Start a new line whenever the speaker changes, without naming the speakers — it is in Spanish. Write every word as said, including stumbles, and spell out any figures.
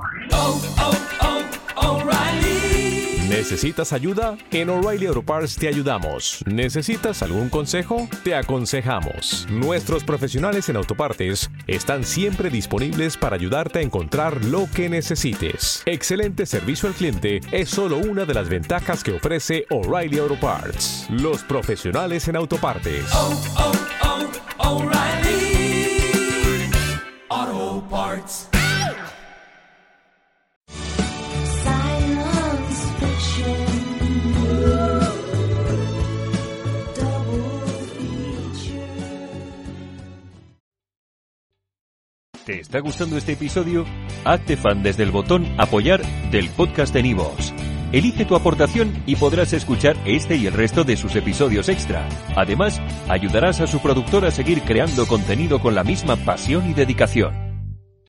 Oh, oh, oh, O'Reilly.
¿Necesitas ayuda? En O'Reilly Auto Parts te ayudamos. ¿Necesitas algún consejo? Te aconsejamos. Nuestros profesionales en autopartes están siempre disponibles para ayudarte a encontrar lo que necesites. Excelente servicio al cliente es solo una de las ventajas que ofrece O'Reilly Auto Parts. Los profesionales en autopartes.
Oh, oh, oh, O'Reilly Auto Parts.
¿Te está gustando este episodio? Hazte fan desde el botón Apoyar del podcast de Nivos. Elige tu aportación y podrás escuchar este y el resto de sus episodios extra. Además, ayudarás a su productor a seguir creando contenido con la misma pasión y dedicación.